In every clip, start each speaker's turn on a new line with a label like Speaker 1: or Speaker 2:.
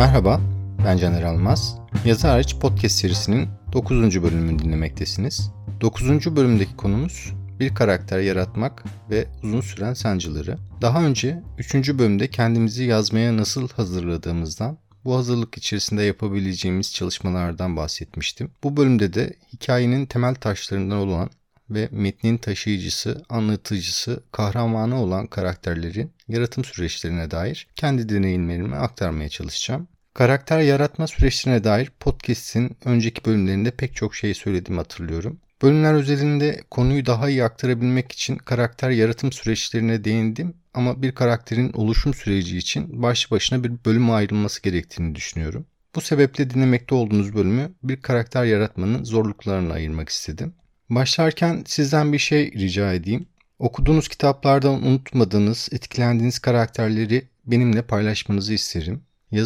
Speaker 1: Merhaba, ben Caner Almaz. Yazı Hariç podcast serisinin 9. bölümünü dinlemektesiniz. 9. bölümdeki konumuz bir karakter yaratmak ve uzun süren sancıları. Daha önce 3. bölümde kendimizi yazmaya nasıl hazırladığımızdan, bu hazırlık içerisinde yapabileceğimiz çalışmalardan bahsetmiştim. Bu bölümde de hikayenin temel taşlarından olan ve metnin taşıyıcısı, anlatıcısı, kahramanı olan karakterlerin yaratım süreçlerine dair kendi deneyimlerimi aktarmaya çalışacağım. Karakter yaratma süreçlerine dair podcast'in önceki bölümlerinde pek çok şey söylediğimi hatırlıyorum. Bölümler özelinde konuyu daha iyi aktarabilmek için karakter yaratım süreçlerine değindim ama bir karakterin oluşum süreci için başlı başına bir bölüme ayrılması gerektiğini düşünüyorum. Bu sebeple dinlemekte olduğunuz bölümü bir karakter yaratmanın zorluklarına ayırmak istedim. Başlarken sizden bir şey rica edeyim. Okuduğunuz kitaplardan unutmadığınız, etkilendiğiniz karakterleri benimle paylaşmanızı isterim.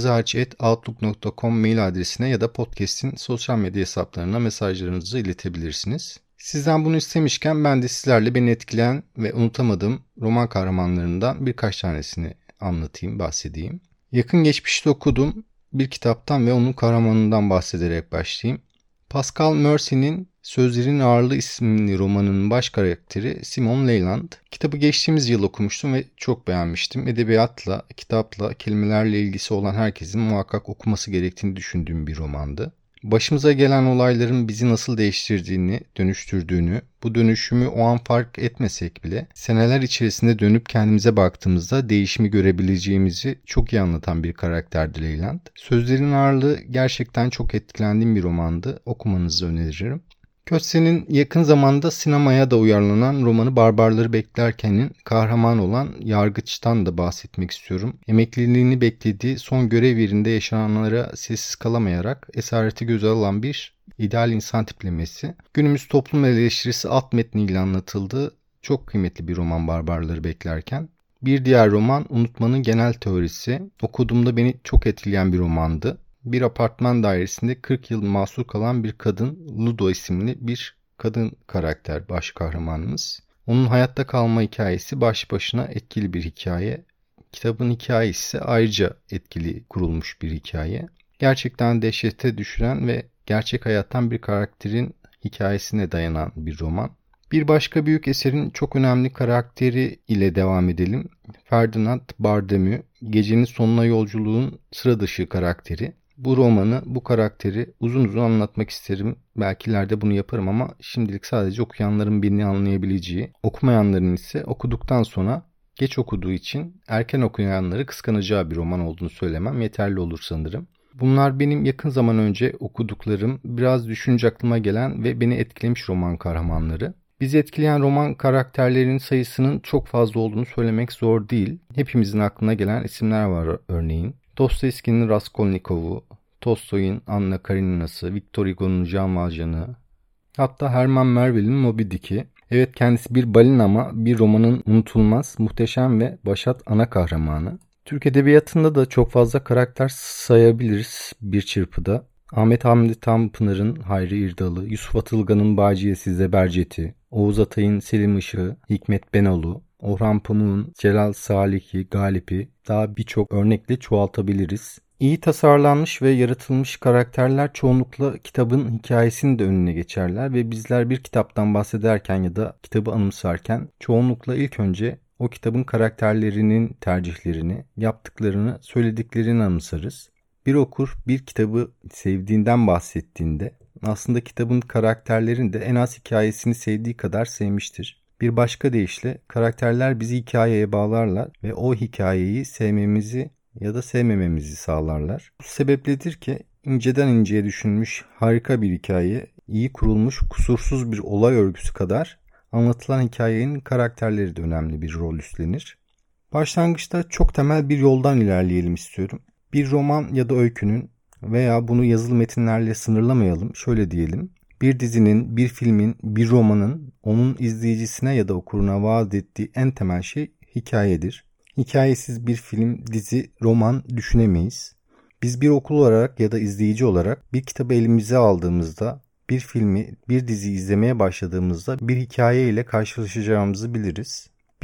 Speaker 1: yazıhariç@outlook.com mail adresine ya da podcast'in sosyal medya hesaplarına mesajlarınızı iletebilirsiniz. Sizden bunu istemişken ben de sizlerle beni etkileyen ve unutamadığım roman kahramanlarından birkaç tanesini anlatayım, bahsedeyim. Yakın geçmişte okuduğum bir kitaptan ve onun kahramanından bahsederek başlayayım. Pascal Mercy'nin Sözlerin Ağırlığı isimli romanının baş karakteri Simon Leyland. Kitabı geçtiğimiz yıl okumuştum ve çok beğenmiştim. Edebiyatla, kitapla, kelimelerle ilgisi olan herkesin muhakkak okuması gerektiğini düşündüğüm bir romandı. Başımıza gelen olayların bizi nasıl değiştirdiğini, dönüştürdüğünü, bu dönüşümü o an fark etmesek bile seneler içerisinde dönüp kendimize baktığımızda değişimi görebileceğimizi çok iyi anlatan bir karakterdi Leyland. Sözlerin Ağırlığı gerçekten çok etkilendiğim bir romandı. Okumanızı öneririm. Köstes'in yakın zamanda sinemaya da uyarlanan romanı Barbarları Beklerken'in kahramanı olan Yargıç'tan da bahsetmek istiyorum. Emekliliğini beklediği son görev yerinde yaşananlara sessiz kalamayarak esareti göze alan bir ideal insan tiplemesi. Günümüz toplum eleştirisi alt metniyle anlatıldığı çok kıymetli bir roman Barbarları Beklerken. Bir diğer roman Unutmanın Genel Teorisi. Okuduğumda beni çok etkileyen bir romandı. Bir apartman dairesinde 40 yıl mahsur kalan bir kadın, Ludo isimli bir kadın karakter baş kahramanımız. Onun hayatta kalma hikayesi baş başına etkili bir hikaye. Kitabın hikayesi ise ayrıca etkili kurulmuş bir hikaye. Gerçekten dehşete düşüren ve gerçek hayattan bir karakterin hikayesine dayanan bir roman. Bir başka büyük eserin çok önemli karakteri ile devam edelim. Ferdinand Barthélemy, Gecenin Sonuna Yolculuğun sıra dışı karakteri. Bu romanı, bu karakteri uzun uzun anlatmak isterim. Belki ileride bunu yaparım ama şimdilik sadece okuyanların beni anlayabileceği, okumayanların ise okuduktan sonra geç okuduğu için erken okuyanları kıskanacağı bir roman olduğunu söylemem yeterli olur sanırım. Bunlar benim yakın zaman önce okuduklarım, biraz düşünce aklıma gelen ve beni etkilemiş roman kahramanları. Bizi etkileyen roman karakterlerinin sayısının çok fazla olduğunu söylemek zor değil. Hepimizin aklına gelen isimler var örneğin. Dostoyevski'nin Raskolnikov'u, Tolstoy'un Anna Karenina'sı, Victor Hugo'nun Jean Valjean'ı, hatta Herman Melville'in Moby Dick'i. Evet, kendisi bir balin ama bir romanın unutulmaz, muhteşem ve başat ana kahramanı. Türk Edebiyatı'nda da çok fazla karakter sayabiliriz bir çırpıda. Ahmet Hamdi Tanpınar'ın Hayri İrdal'ı, Yusuf Atılgan'ın Bağcıyesi Zebercet'i, Oğuz Atay'ın Selim Işık'ı, Hikmet Benol'u, Orhan Pamuk'un Celal Salih'i, Galip'i daha birçok örnekle çoğaltabiliriz. İyi tasarlanmış ve yaratılmış karakterler çoğunlukla kitabın hikayesinin de önüne geçerler ve bizler bir kitaptan bahsederken ya da kitabı anımsarken çoğunlukla ilk önce o kitabın karakterlerinin tercihlerini, yaptıklarını, söylediklerini anımsarız. Bir okur bir kitabı sevdiğinden bahsettiğinde aslında kitabın karakterlerini de en az hikayesini sevdiği kadar sevmiştir. Bir başka deyişle karakterler bizi hikayeye bağlarlar ve o hikayeyi sevmemizi ya da sevmememizi sağlarlar. Bu sebepledir ki inceden inceye düşünülmüş harika bir hikaye, iyi kurulmuş kusursuz bir olay örgüsü kadar anlatılan hikayenin karakterleri de önemli bir rol üstlenir. Başlangıçta çok temel bir yoldan ilerleyelim istiyorum. Bir roman ya da öykünün veya bunu yazılı metinlerle sınırlamayalım, şöyle diyelim. Bir dizinin, bir filmin, bir romanın onun izleyicisine ya da okuruna vaat ettiği en temel şey hikayedir. Hikayesiz bir film, dizi, roman düşünemeyiz. Biz bir okul olarak ya da izleyici olarak bir kitabı elimize aldığımızda, bir filmi, bir diziyi izlemeye başladığımızda bir hikaye ile karşılaşacağımızı biliriz.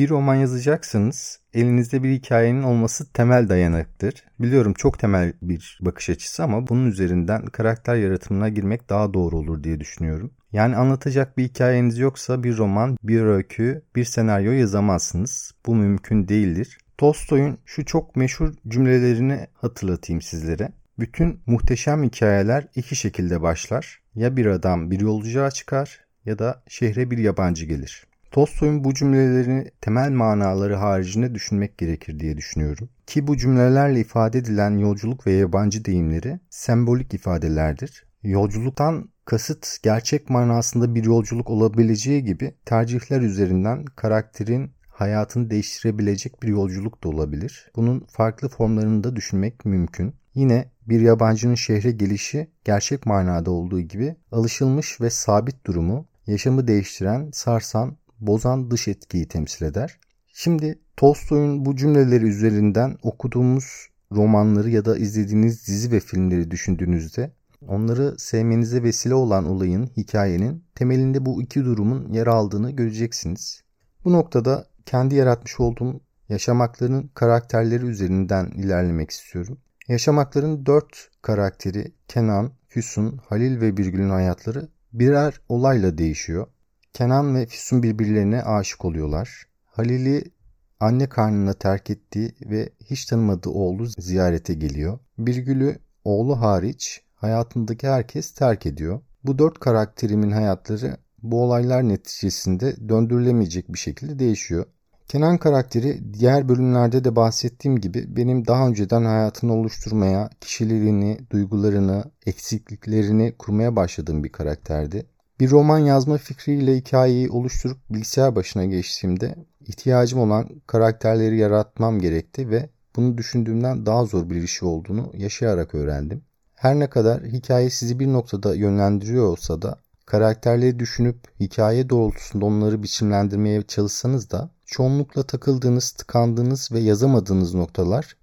Speaker 1: Bir roman yazacaksanız elinizde bir hikayenin olması temel dayanaktır. Biliyorum çok temel bir bakış açısı ama bunun üzerinden karakter yaratımına girmek daha doğru olur diye düşünüyorum. Yani anlatacak bir hikayeniz yoksa bir roman, bir öykü, bir senaryo yazamazsınız. Bu mümkün değildir. Tolstoy'un şu çok meşhur cümlelerini hatırlatayım sizlere. Bütün muhteşem hikayeler iki şekilde başlar. Ya bir adam bir yolculuğa çıkar ya da şehre bir yabancı gelir. Tolstoy'un bu cümlelerini temel manaları haricinde düşünmek gerekir diye düşünüyorum. Ki bu cümlelerle ifade edilen yolculuk ve yabancı deyimleri sembolik ifadelerdir. Yolculuktan kasıt gerçek manasında bir yolculuk olabileceği gibi tercihler üzerinden karakterin hayatını değiştirebilecek bir yolculuk da olabilir. Bunun farklı formlarını da düşünmek mümkün. Yine bir yabancının şehre gelişi gerçek manada olduğu gibi alışılmış ve sabit durumu, yaşamı değiştiren, sarsan, bozan dış etkiyi temsil eder. Şimdi Tolstoy'un bu cümleleri üzerinden okuduğumuz romanları ya da izlediğiniz dizi ve filmleri düşündüğünüzde onları sevmenize vesile olan olayın, hikayenin temelinde bu iki durumun yer aldığını göreceksiniz. Bu noktada kendi yaratmış olduğum yaşamakların karakterleri üzerinden ilerlemek istiyorum. Yaşamakların 4 karakteri Kenan, Füsun, Halil ve Birgül'ün hayatları birer olayla değişiyor. Kenan ve Füsun birbirlerine aşık oluyorlar. Halil'i anne karnına terk ettiği ve hiç tanımadığı oğlu ziyarete geliyor. Birgül'ü oğlu hariç hayatındaki herkes terk ediyor. Bu 4 karakterimin hayatları bu olaylar neticesinde döndürülemeyecek bir şekilde değişiyor. Kenan karakteri diğer bölümlerde de bahsettiğim gibi benim daha önceden hayatını oluşturmaya, kişiliğini, duygularını, eksikliklerini kurmaya başladığım bir karakterdi. Bir roman yazma fikriyle hikayeyi oluşturup bilgisayar başına geçtiğimde ihtiyacım olan karakterleri yaratmam gerekti ve bunu düşündüğümden daha zor bir iş olduğunu yaşayarak öğrendim. Her ne kadar hikaye sizi bir noktada yönlendiriyor olsa da karakterleri düşünüp hikaye doğrultusunda onları biçimlendirmeye çalışsanız da çoğunlukla takıldığınız, tıkandığınız ve yazamadığınız noktalar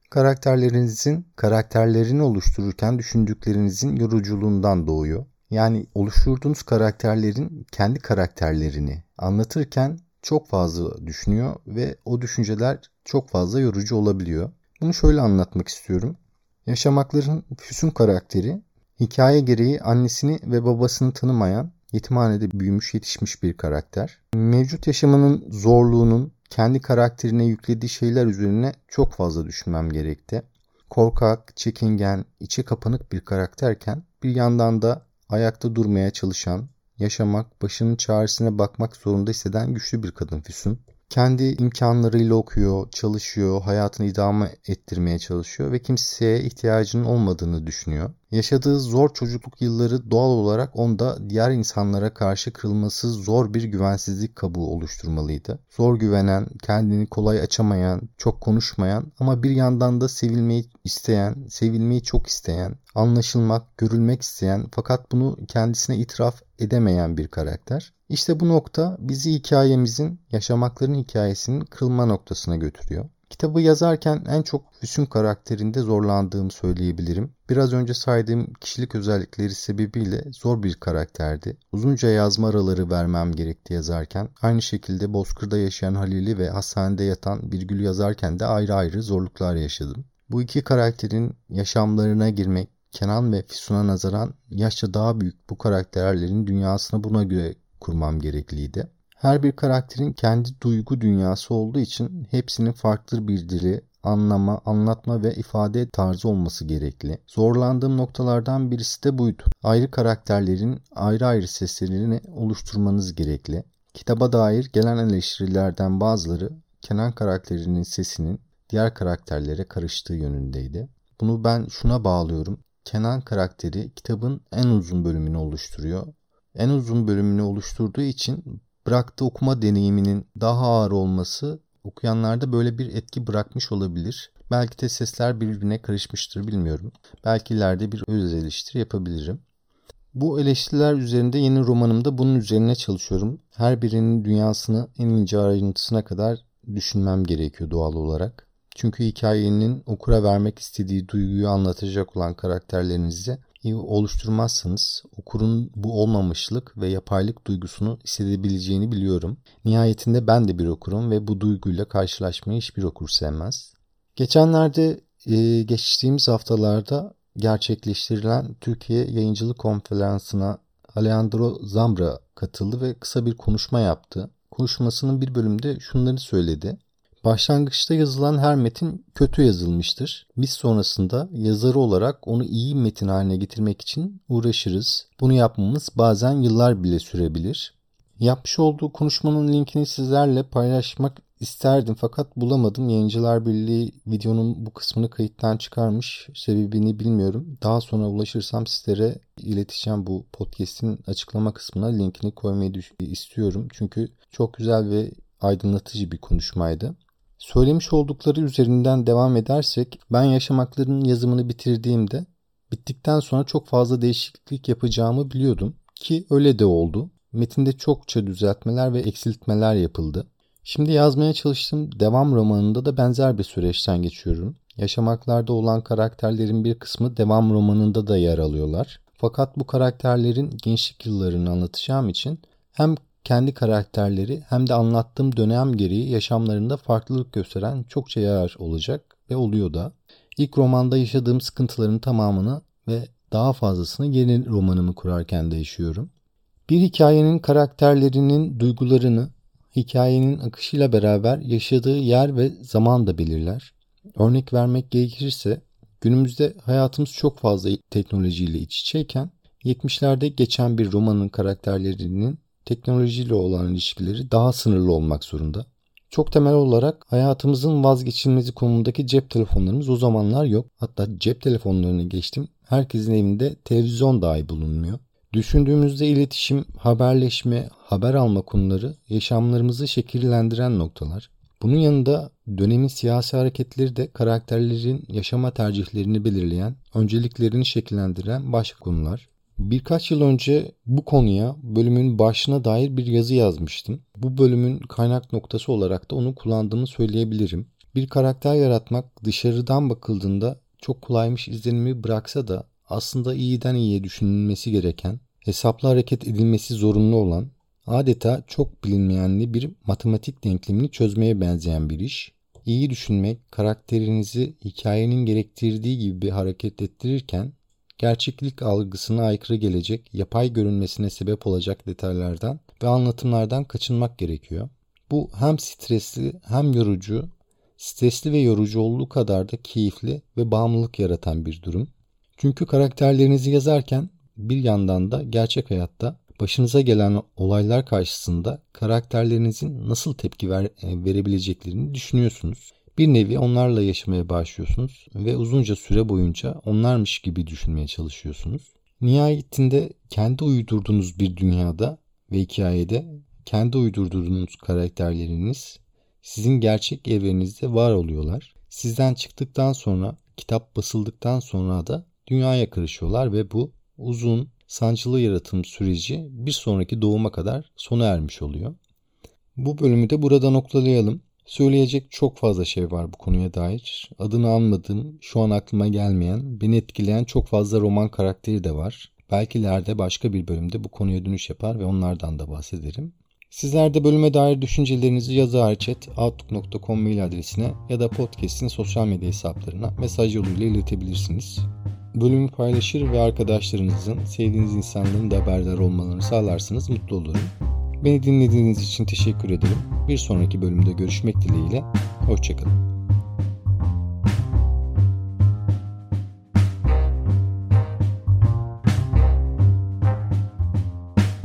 Speaker 1: karakterlerini oluştururken düşündüklerinizin yoruculuğundan doğuyor. Yani oluşturduğunuz karakterlerin kendi karakterlerini anlatırken çok fazla düşünüyor ve o düşünceler çok fazla yorucu olabiliyor. Bunu şöyle anlatmak istiyorum. Yaşamakların Füsun karakteri hikaye gereği annesini ve babasını tanımayan, yetimhanede büyümüş yetişmiş bir karakter. Mevcut yaşamının zorluğunun kendi karakterine yüklediği şeyler üzerine çok fazla düşünmem gerekti. Korkak, çekingen, içe kapanık bir karakterken bir yandan da ayakta durmaya çalışan, yaşamak, başının çaresine bakmak zorunda hisseden güçlü bir kadın Füsun. Kendi imkanlarıyla okuyor, çalışıyor, hayatını idame ettirmeye çalışıyor ve kimseye ihtiyacının olmadığını düşünüyor. Yaşadığı zor çocukluk yılları doğal olarak onda diğer insanlara karşı kırılması zor bir güvensizlik kabuğu oluşturmalıydı. Zor güvenen, kendini kolay açamayan, çok konuşmayan ama bir yandan da sevilmeyi isteyen, sevilmeyi çok isteyen, anlaşılmak, görülmek isteyen fakat bunu kendisine itiraf edemeyen bir karakter. İşte bu nokta bizi hikayemizin, yaşamakların hikayesinin kırılma noktasına götürüyor. Kitabı yazarken en çok Füsun karakterinde zorlandığımı söyleyebilirim. Biraz önce saydığım kişilik özellikleri sebebiyle zor bir karakterdi. Uzunca yazma araları vermem gerekti yazarken. Aynı şekilde Bozkır'da yaşayan Halil'i ve hastanede yatan Birgül'ü yazarken de ayrı ayrı zorluklar yaşadım. Bu iki karakterin yaşamlarına girmek, Kenan ve Füsun'a nazaran yaşça daha büyük bu karakterlerin dünyasını buna göre kurmam gerekliydi. Her bir karakterin kendi duygu dünyası olduğu için hepsinin farklı bir dili, anlama, anlatma ve ifade tarzı olması gerekli. Zorlandığım noktalardan birisi de buydu. Ayrı karakterlerin ayrı ayrı seslerini oluşturmanız gerekli. Kitaba dair gelen eleştirilerden bazıları Kenan karakterinin sesinin diğer karakterlere karıştığı yönündeydi. Bunu ben şuna bağlıyorum. Kenan karakteri kitabın en uzun bölümünü oluşturuyor. En uzun bölümünü oluşturduğu için bıraktığı okuma deneyiminin daha ağır olması okuyanlarda böyle bir etki bırakmış olabilir. Belki de sesler birbirine karışmıştır, bilmiyorum. Belki ileride bir öz eleştiri yapabilirim. Bu eleştiriler üzerinde yeni romanımda bunun üzerine çalışıyorum. Her birinin dünyasını en ince ayrıntısına kadar düşünmem gerekiyor doğal olarak. Çünkü hikayenin okura vermek istediği duyguyu anlatacak olan karakterlerinizi oluşturmazsanız okurun bu olmamışlık ve yapaylık duygusunu hissedebileceğini biliyorum. Nihayetinde ben de bir okurum ve bu duyguyla karşılaşmayı hiçbir okur sevmez. Geçenlerde geçtiğimiz haftalarda gerçekleştirilen Türkiye Yayıncılık Konferansı'na Alejandro Zambra katıldı ve kısa bir konuşma yaptı. Konuşmasının bir bölümünde şunları söyledi. Başlangıçta yazılan her metin kötü yazılmıştır. Biz sonrasında yazarı olarak onu iyi metin haline getirmek için uğraşırız. Bunu yapmamız bazen yıllar bile sürebilir. Yapmış olduğu konuşmanın linkini sizlerle paylaşmak isterdim fakat bulamadım. Yayıncılar Birliği videonun bu kısmını kayıttan çıkarmış. Sebebini bilmiyorum. Daha sonra ulaşırsam sizlere ileteceğim, bu podcast'in açıklama kısmına linkini koymayı istiyorum. Çünkü çok güzel ve aydınlatıcı bir konuşmaydı. Söylemiş oldukları üzerinden devam edersek, ben Yaşam Hakları'nın yazımını bittikten sonra çok fazla değişiklik yapacağımı biliyordum ki öyle de oldu. Metinde çokça düzeltmeler ve eksiltmeler yapıldı. Şimdi yazmaya çalıştığım devam romanında da benzer bir süreçten geçiyorum. Yaşam Hakları'da olan karakterlerin bir kısmı devam romanında da yer alıyorlar. Fakat bu karakterlerin gençlik yıllarını anlatacağım için hem kendi karakterleri hem de anlattığım dönem gereği yaşamlarında farklılık gösteren çokça yer olacak ve oluyor da. İlk romanda yaşadığım sıkıntıların tamamını ve daha fazlasını yeni romanımı kurarken de yaşıyorum. Bir hikayenin karakterlerinin duygularını hikayenin akışıyla beraber yaşadığı yer ve zaman da belirler. Örnek vermek gerekirse günümüzde hayatımız çok fazla teknolojiyle iç içeyken 70'lerde geçen bir romanın karakterlerinin teknolojiyle olan ilişkileri daha sınırlı olmak zorunda. Çok temel olarak hayatımızın vazgeçilmezi konumundaki cep telefonlarımız o zamanlar yok. Hatta cep telefonlarını geçtim, herkesin evinde televizyon dahi bulunmuyor. Düşündüğümüzde iletişim, haberleşme, haber alma konuları yaşamlarımızı şekillendiren noktalar. Bunun yanında dönemin siyasi hareketleri de karakterlerin yaşama tercihlerini belirleyen, önceliklerini şekillendiren başka konular. Birkaç yıl önce bu konuya bölümün başına dair bir yazı yazmıştım. Bu bölümün kaynak noktası olarak da onu kullandığımı söyleyebilirim. Bir karakter yaratmak dışarıdan bakıldığında çok kolaymış izlenimi bıraksa da aslında iyiden iyiye düşünülmesi gereken, hesaplı hareket edilmesi zorunlu olan, adeta çok bilinmeyenli bir matematik denklemini çözmeye benzeyen bir iş. İyi düşünmek, karakterinizi hikayenin gerektirdiği gibi bir hareket ettirirken, gerçeklik algısına aykırı gelecek, yapay görünmesine sebep olacak detaylardan ve anlatımlardan kaçınmak gerekiyor. Bu hem stresli hem yorucu, stresli ve yorucu olduğu kadar da keyifli ve bağımlılık yaratan bir durum. Çünkü karakterlerinizi yazarken bir yandan da gerçek hayatta başınıza gelen olaylar karşısında karakterlerinizin nasıl tepki verebileceklerini düşünüyorsunuz. Bir nevi onlarla yaşamaya başlıyorsunuz ve uzunca süre boyunca onlarmış gibi düşünmeye çalışıyorsunuz. Nihayetinde kendi uydurduğunuz bir dünyada ve hikayede kendi uydurduğunuz karakterleriniz sizin gerçek evrenizde var oluyorlar. Sizden çıktıktan sonra, kitap basıldıktan sonra da dünyaya karışıyorlar ve bu uzun, sancılı yaratım süreci bir sonraki doğuma kadar sona ermiş oluyor. Bu bölümü de burada noktalayalım. Söyleyecek çok fazla şey var bu konuya dair. Adını anmadığım, şu an aklıma gelmeyen, beni etkileyen çok fazla roman karakteri de var. Belki ileride başka bir bölümde bu konuya dönüş yapar ve onlardan da bahsederim. Sizler de bölüme dair düşüncelerinizi yazıharcet@outlook.com mail adresine ya da podcast'in sosyal medya hesaplarına mesaj yoluyla iletebilirsiniz. Bölümü paylaşır ve arkadaşlarınızın, sevdiğiniz insanların da haberdar olmalarını sağlarsanız mutlu olurum. Beni dinlediğiniz için teşekkür ederim. Bir sonraki bölümde görüşmek dileğiyle. Hoşça kalın.